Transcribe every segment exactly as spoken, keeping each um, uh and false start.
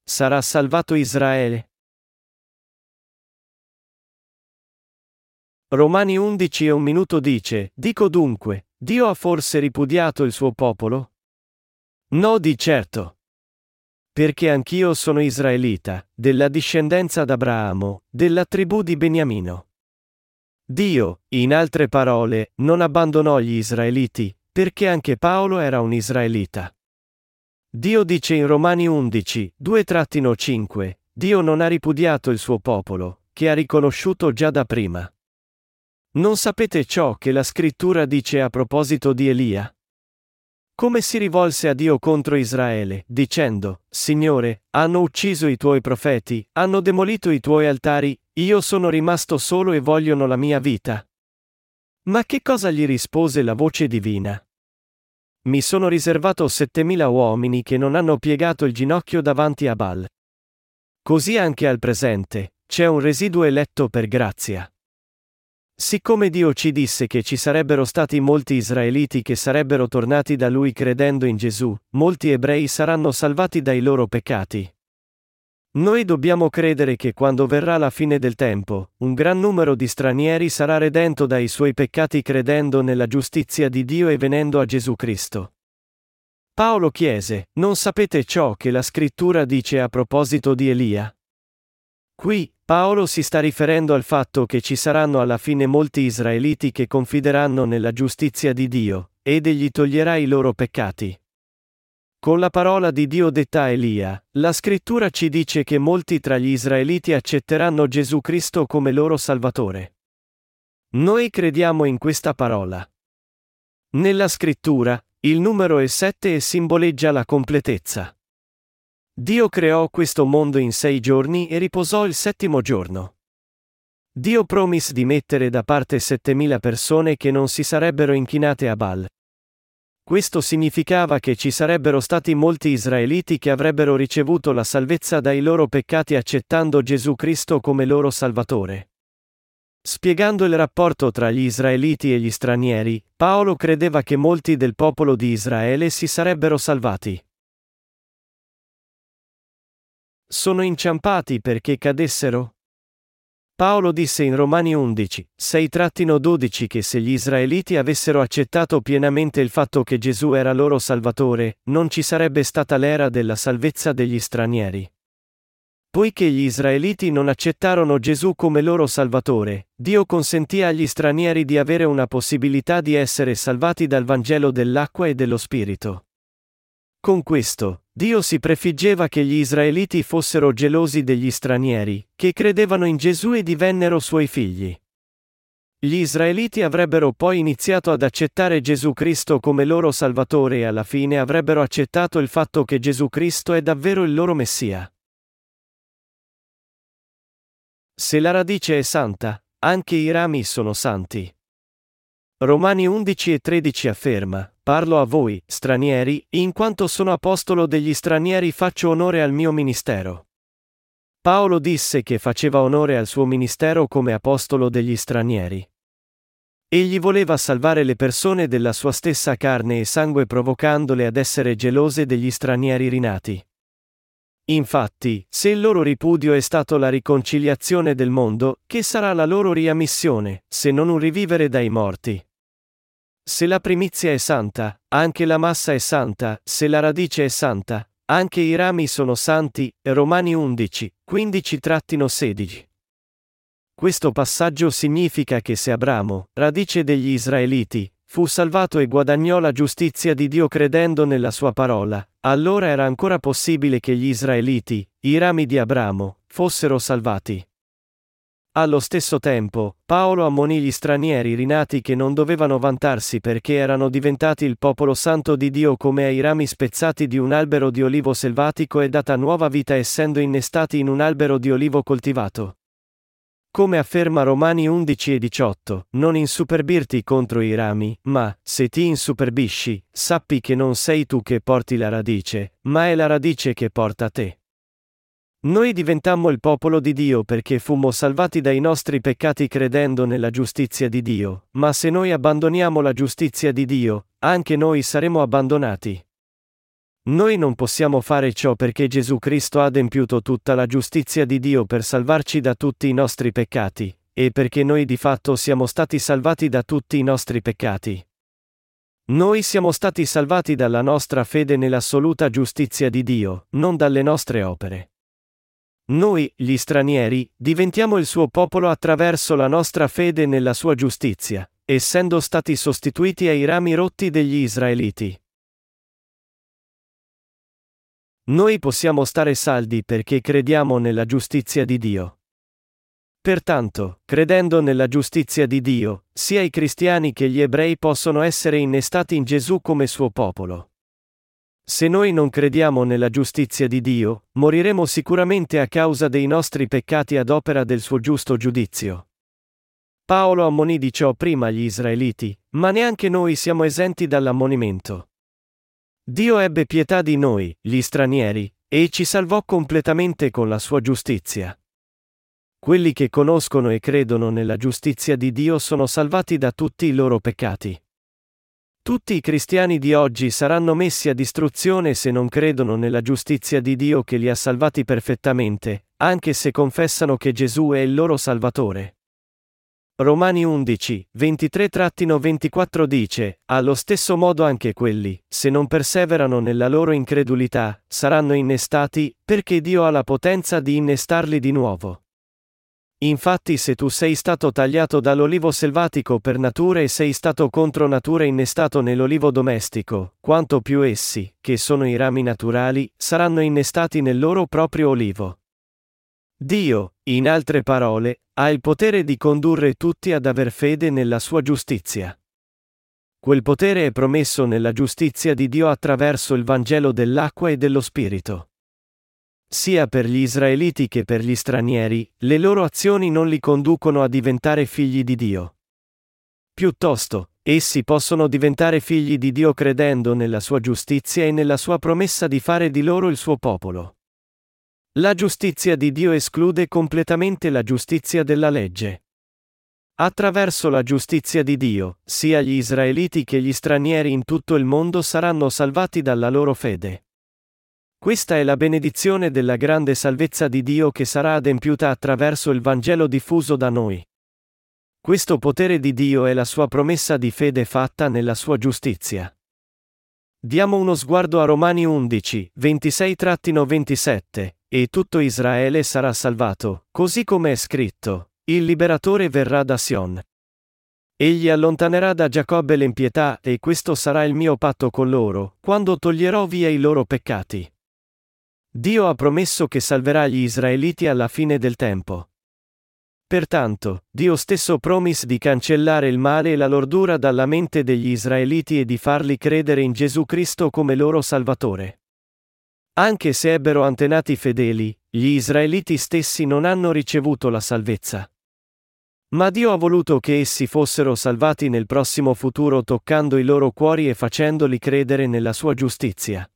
Sarà salvato Israele? Romani undici e un minuto dice: dico dunque, Dio ha forse ripudiato il suo popolo? No, di certo. Perché anch'io sono israelita, della discendenza d'Abramo, della tribù di Beniamino. Dio, in altre parole, non abbandonò gli israeliti, perché anche Paolo era un israelita. Dio dice in Romani undici, due cinque, Dio non ha ripudiato il suo popolo, che ha riconosciuto già da prima. Non sapete ciò che la scrittura dice a proposito di Elia? Come si rivolse a Dio contro Israele, dicendo: Signore, hanno ucciso i tuoi profeti, hanno demolito i tuoi altari, io sono rimasto solo e vogliono la mia vita. Ma che cosa gli rispose la voce divina? Mi sono riservato settemila uomini che non hanno piegato il ginocchio davanti a Baal. Così anche al presente, c'è un residuo eletto per grazia. Siccome Dio ci disse che ci sarebbero stati molti israeliti che sarebbero tornati da Lui credendo in Gesù, molti ebrei saranno salvati dai loro peccati. Noi dobbiamo credere che quando verrà la fine del tempo, un gran numero di stranieri sarà redento dai suoi peccati credendo nella giustizia di Dio e venendo a Gesù Cristo. Paolo chiese: non sapete ciò che la scrittura dice a proposito di Elia? Qui, Paolo si sta riferendo al fatto che ci saranno alla fine molti israeliti che confideranno nella giustizia di Dio, ed egli toglierà i loro peccati. Con la parola di Dio detta a Elia, la scrittura ci dice che molti tra gli israeliti accetteranno Gesù Cristo come loro Salvatore. Noi crediamo in questa parola. Nella scrittura, il numero è sette e simboleggia la completezza. Dio creò questo mondo in sei giorni e riposò il settimo giorno. Dio promise di mettere da parte settemila persone che non si sarebbero inchinate a Baal. Questo significava che ci sarebbero stati molti israeliti che avrebbero ricevuto la salvezza dai loro peccati accettando Gesù Cristo come loro Salvatore. Spiegando il rapporto tra gli israeliti e gli stranieri, Paolo credeva che molti del popolo di Israele si sarebbero salvati. Sono inciampati perché cadessero? Paolo disse in Romani undici, sei dodici che se gli israeliti avessero accettato pienamente il fatto che Gesù era loro Salvatore, non ci sarebbe stata l'era della salvezza degli stranieri. Poiché gli israeliti non accettarono Gesù come loro Salvatore, Dio consentì agli stranieri di avere una possibilità di essere salvati dal Vangelo dell'acqua e dello Spirito. Con questo, Dio si prefiggeva che gli israeliti fossero gelosi degli stranieri, che credevano in Gesù e divennero suoi figli. Gli israeliti avrebbero poi iniziato ad accettare Gesù Cristo come loro Salvatore e alla fine avrebbero accettato il fatto che Gesù Cristo è davvero il loro Messia. Se la radice è santa, anche i rami sono santi. Romani undici e tredici afferma: parlo a voi, stranieri, in quanto sono apostolo degli stranieri faccio onore al mio ministero. Paolo disse che faceva onore al suo ministero come apostolo degli stranieri. Egli voleva salvare le persone della sua stessa carne e sangue provocandole ad essere gelose degli stranieri rinati. Infatti, se il loro ripudio è stato la riconciliazione del mondo, che sarà la loro riammissione, se non un rivivere dai morti? Se la primizia è santa, anche la massa è santa, se la radice è santa, anche i rami sono santi. Romani undici, quindici sedici. Questo passaggio significa che se Abramo, radice degli Israeliti, fu salvato e guadagnò la giustizia di Dio credendo nella sua parola, allora era ancora possibile che gli Israeliti, i rami di Abramo, fossero salvati. Allo stesso tempo, Paolo ammonì gli stranieri rinati che non dovevano vantarsi perché erano diventati il popolo santo di Dio come ai rami spezzati di un albero di olivo selvatico e data nuova vita essendo innestati in un albero di olivo coltivato. Come afferma Romani undici e diciotto, non insuperbirti contro i rami, ma, se ti insuperbisci, sappi che non sei tu che porti la radice, ma è la radice che porta te. Noi diventammo il popolo di Dio perché fummo salvati dai nostri peccati credendo nella giustizia di Dio, ma se noi abbandoniamo la giustizia di Dio, anche noi saremo abbandonati. Noi non possiamo fare ciò perché Gesù Cristo ha adempiuto tutta la giustizia di Dio per salvarci da tutti i nostri peccati, e perché noi di fatto siamo stati salvati da tutti i nostri peccati. Noi siamo stati salvati dalla nostra fede nell'assoluta giustizia di Dio, non dalle nostre opere. Noi, gli stranieri, diventiamo il suo popolo attraverso la nostra fede nella sua giustizia, essendo stati sostituiti ai rami rotti degli Israeliti. Noi possiamo stare saldi perché crediamo nella giustizia di Dio. Pertanto, credendo nella giustizia di Dio, sia i cristiani che gli ebrei possono essere innestati in Gesù come suo popolo. Se noi non crediamo nella giustizia di Dio, moriremo sicuramente a causa dei nostri peccati ad opera del suo giusto giudizio. Paolo ammonì di ciò prima gli Israeliti, ma neanche noi siamo esenti dall'ammonimento. Dio ebbe pietà di noi, gli stranieri, e ci salvò completamente con la sua giustizia. Quelli che conoscono e credono nella giustizia di Dio sono salvati da tutti i loro peccati. Tutti i cristiani di oggi saranno messi a distruzione se non credono nella giustizia di Dio che li ha salvati perfettamente, anche se confessano che Gesù è il loro Salvatore. Romani undici, ventitré ventiquattro dice: allo stesso modo anche quelli, se non perseverano nella loro incredulità, saranno innestati, perché Dio ha la potenza di innestarli di nuovo. Infatti se tu sei stato tagliato dall'olivo selvatico per natura e sei stato contro natura innestato nell'olivo domestico, quanto più essi, che sono i rami naturali, saranno innestati nel loro proprio olivo. Dio, in altre parole, ha il potere di condurre tutti ad aver fede nella sua giustizia. Quel potere è promesso nella giustizia di Dio attraverso il Vangelo dell'acqua e dello Spirito. Sia per gli israeliti che per gli stranieri, le loro azioni non li conducono a diventare figli di Dio. Piuttosto, essi possono diventare figli di Dio credendo nella sua giustizia e nella sua promessa di fare di loro il suo popolo. La giustizia di Dio esclude completamente la giustizia della legge. Attraverso la giustizia di Dio, sia gli israeliti che gli stranieri in tutto il mondo saranno salvati dalla loro fede. Questa è la benedizione della grande salvezza di Dio che sarà adempiuta attraverso il Vangelo diffuso da noi. Questo potere di Dio è la sua promessa di fede fatta nella sua giustizia. Diamo uno sguardo a Romani undici, ventisei ventisette, e tutto Israele sarà salvato, così come è scritto: il liberatore verrà da Sion. Egli allontanerà da Giacobbe l'impietà, e questo sarà il mio patto con loro, quando toglierò via i loro peccati. Dio ha promesso che salverà gli israeliti alla fine del tempo. Pertanto, Dio stesso promise di cancellare il male e la lordura dalla mente degli israeliti e di farli credere in Gesù Cristo come loro Salvatore. Anche se ebbero antenati fedeli, gli israeliti stessi non hanno ricevuto la salvezza. Ma Dio ha voluto che essi fossero salvati nel prossimo futuro toccando i loro cuori e facendoli credere nella sua giustizia.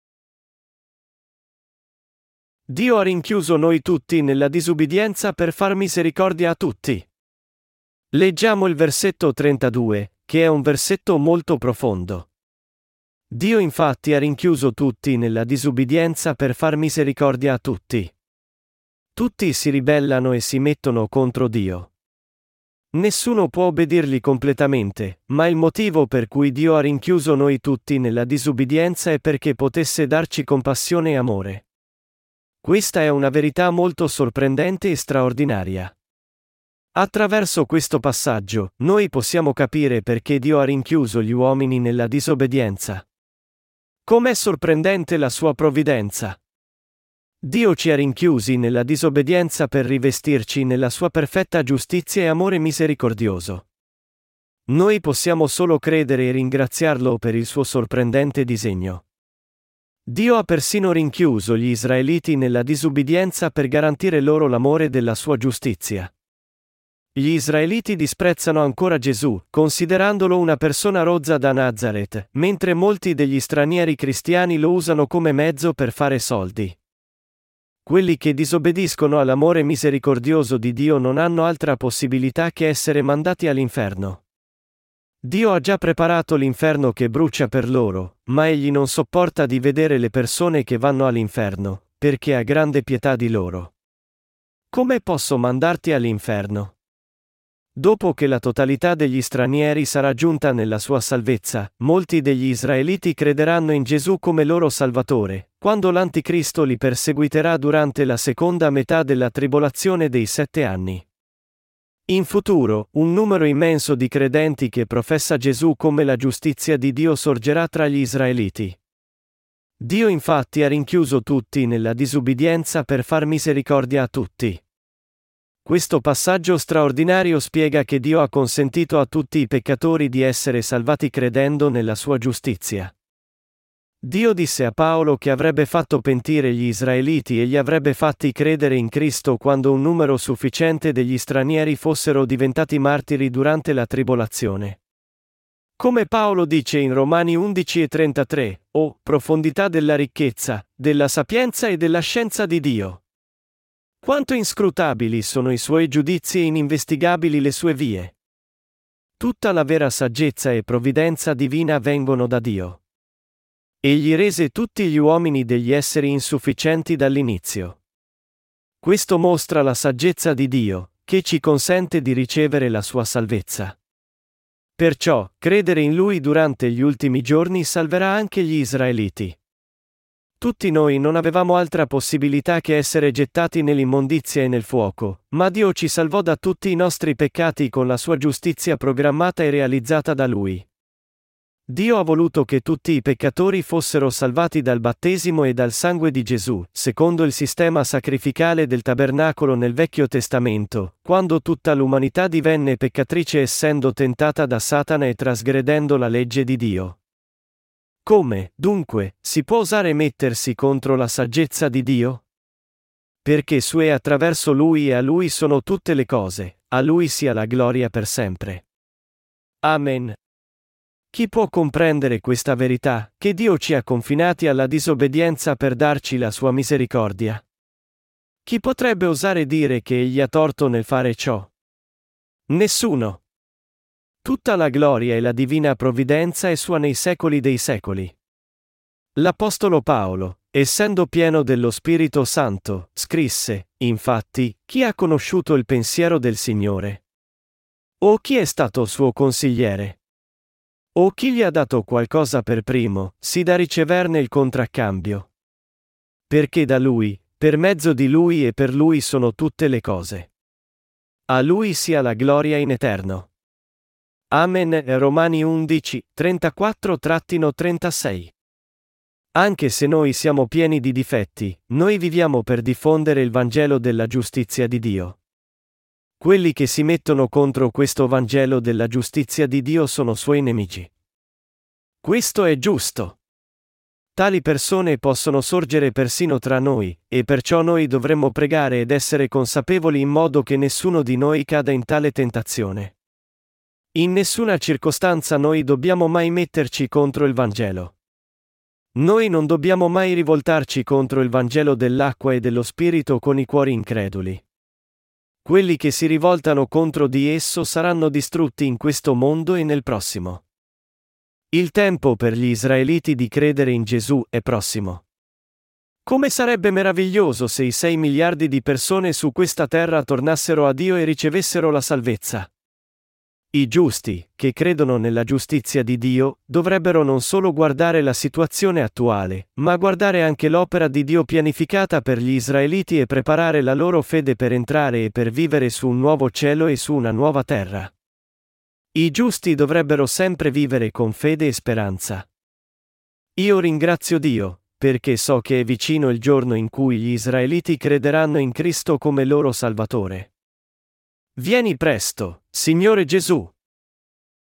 Dio ha rinchiuso noi tutti nella disubbidienza per far misericordia a tutti. Leggiamo il versetto trentadue, che è un versetto molto profondo. Dio infatti ha rinchiuso tutti nella disubbidienza per far misericordia a tutti. Tutti si ribellano e si mettono contro Dio. Nessuno può obbedirgli completamente, ma il motivo per cui Dio ha rinchiuso noi tutti nella disubbidienza è perché potesse darci compassione e amore. Questa è una verità molto sorprendente e straordinaria. Attraverso questo passaggio, noi possiamo capire perché Dio ha rinchiuso gli uomini nella disobbedienza. Com'è sorprendente la sua provvidenza! Dio ci ha rinchiusi nella disobbedienza per rivestirci nella sua perfetta giustizia e amore misericordioso. Noi possiamo solo credere e ringraziarlo per il suo sorprendente disegno. Dio ha persino rinchiuso gli israeliti nella disubbidienza per garantire loro l'amore della sua giustizia. Gli israeliti disprezzano ancora Gesù, considerandolo una persona rozza da Nazaret, mentre molti degli stranieri cristiani lo usano come mezzo per fare soldi. Quelli che disobbediscono all'amore misericordioso di Dio non hanno altra possibilità che essere mandati all'inferno. Dio ha già preparato l'inferno che brucia per loro, ma egli non sopporta di vedere le persone che vanno all'inferno, perché ha grande pietà di loro. Come posso mandarti all'inferno? Dopo che la totalità degli stranieri sarà giunta nella sua salvezza, molti degli israeliti crederanno in Gesù come loro Salvatore, quando l'Anticristo li perseguiterà durante la seconda metà della tribolazione dei sette anni. In futuro, un numero immenso di credenti che professa Gesù come la giustizia di Dio sorgerà tra gli israeliti. Dio infatti ha rinchiuso tutti nella disubbidienza per far misericordia a tutti. Questo passaggio straordinario spiega che Dio ha consentito a tutti i peccatori di essere salvati credendo nella sua giustizia. Dio disse a Paolo che avrebbe fatto pentire gli israeliti e li avrebbe fatti credere in Cristo quando un numero sufficiente degli stranieri fossero diventati martiri durante la tribolazione. Come Paolo dice in Romani undici e trentatré, o profondità della ricchezza, della sapienza e della scienza di Dio. Quanto inscrutabili sono i suoi giudizi e ininvestigabili le sue vie. Tutta la vera saggezza e provvidenza divina vengono da Dio. Egli rese tutti gli uomini degli esseri insufficienti dall'inizio. Questo mostra la saggezza di Dio, che ci consente di ricevere la sua salvezza. Perciò, credere in Lui durante gli ultimi giorni salverà anche gli israeliti. Tutti noi non avevamo altra possibilità che essere gettati nell'immondizia e nel fuoco, ma Dio ci salvò da tutti i nostri peccati con la sua giustizia programmata e realizzata da Lui. Dio ha voluto che tutti i peccatori fossero salvati dal battesimo e dal sangue di Gesù, secondo il sistema sacrificale del tabernacolo nel Vecchio Testamento, quando tutta l'umanità divenne peccatrice essendo tentata da Satana e trasgredendo la legge di Dio. Come, dunque, si può osare mettersi contro la saggezza di Dio? Perché su e attraverso Lui e a Lui sono tutte le cose, a Lui sia la gloria per sempre. Amen. Chi può comprendere questa verità, che Dio ci ha confinati alla disobbedienza per darci la sua misericordia? Chi potrebbe osare dire che Egli ha torto nel fare ciò? Nessuno. Tutta la gloria e la divina provvidenza è sua nei secoli dei secoli. L'Apostolo Paolo, essendo pieno dello Spirito Santo, scrisse, infatti, chi ha conosciuto il pensiero del Signore? O chi è stato suo consigliere? O chi gli ha dato qualcosa per primo, sì da riceverne il contraccambio? Perché da Lui, per mezzo di Lui e per Lui sono tutte le cose. A Lui sia la gloria in eterno. Amen. Romani undici, trentaquattro trentasei. Anche se noi siamo pieni di difetti, noi viviamo per diffondere il Vangelo della giustizia di Dio. Quelli che si mettono contro questo Vangelo della giustizia di Dio sono suoi nemici. Questo è giusto. Tali persone possono sorgere persino tra noi, e perciò noi dovremmo pregare ed essere consapevoli in modo che nessuno di noi cada in tale tentazione. In nessuna circostanza noi dobbiamo mai metterci contro il Vangelo. Noi non dobbiamo mai rivoltarci contro il Vangelo dell'acqua e dello Spirito con i cuori increduli. Quelli che si rivoltano contro di esso saranno distrutti in questo mondo e nel prossimo. Il tempo per gli israeliti di credere in Gesù è prossimo. Come sarebbe meraviglioso se i sei miliardi di persone su questa terra tornassero a Dio e ricevessero la salvezza. I giusti, che credono nella giustizia di Dio, dovrebbero non solo guardare la situazione attuale, ma guardare anche l'opera di Dio pianificata per gli israeliti e preparare la loro fede per entrare e per vivere su un nuovo cielo e su una nuova terra. I giusti dovrebbero sempre vivere con fede e speranza. Io ringrazio Dio, perché so che è vicino il giorno in cui gli israeliti crederanno in Cristo come loro Salvatore. Vieni presto, Signore Gesù!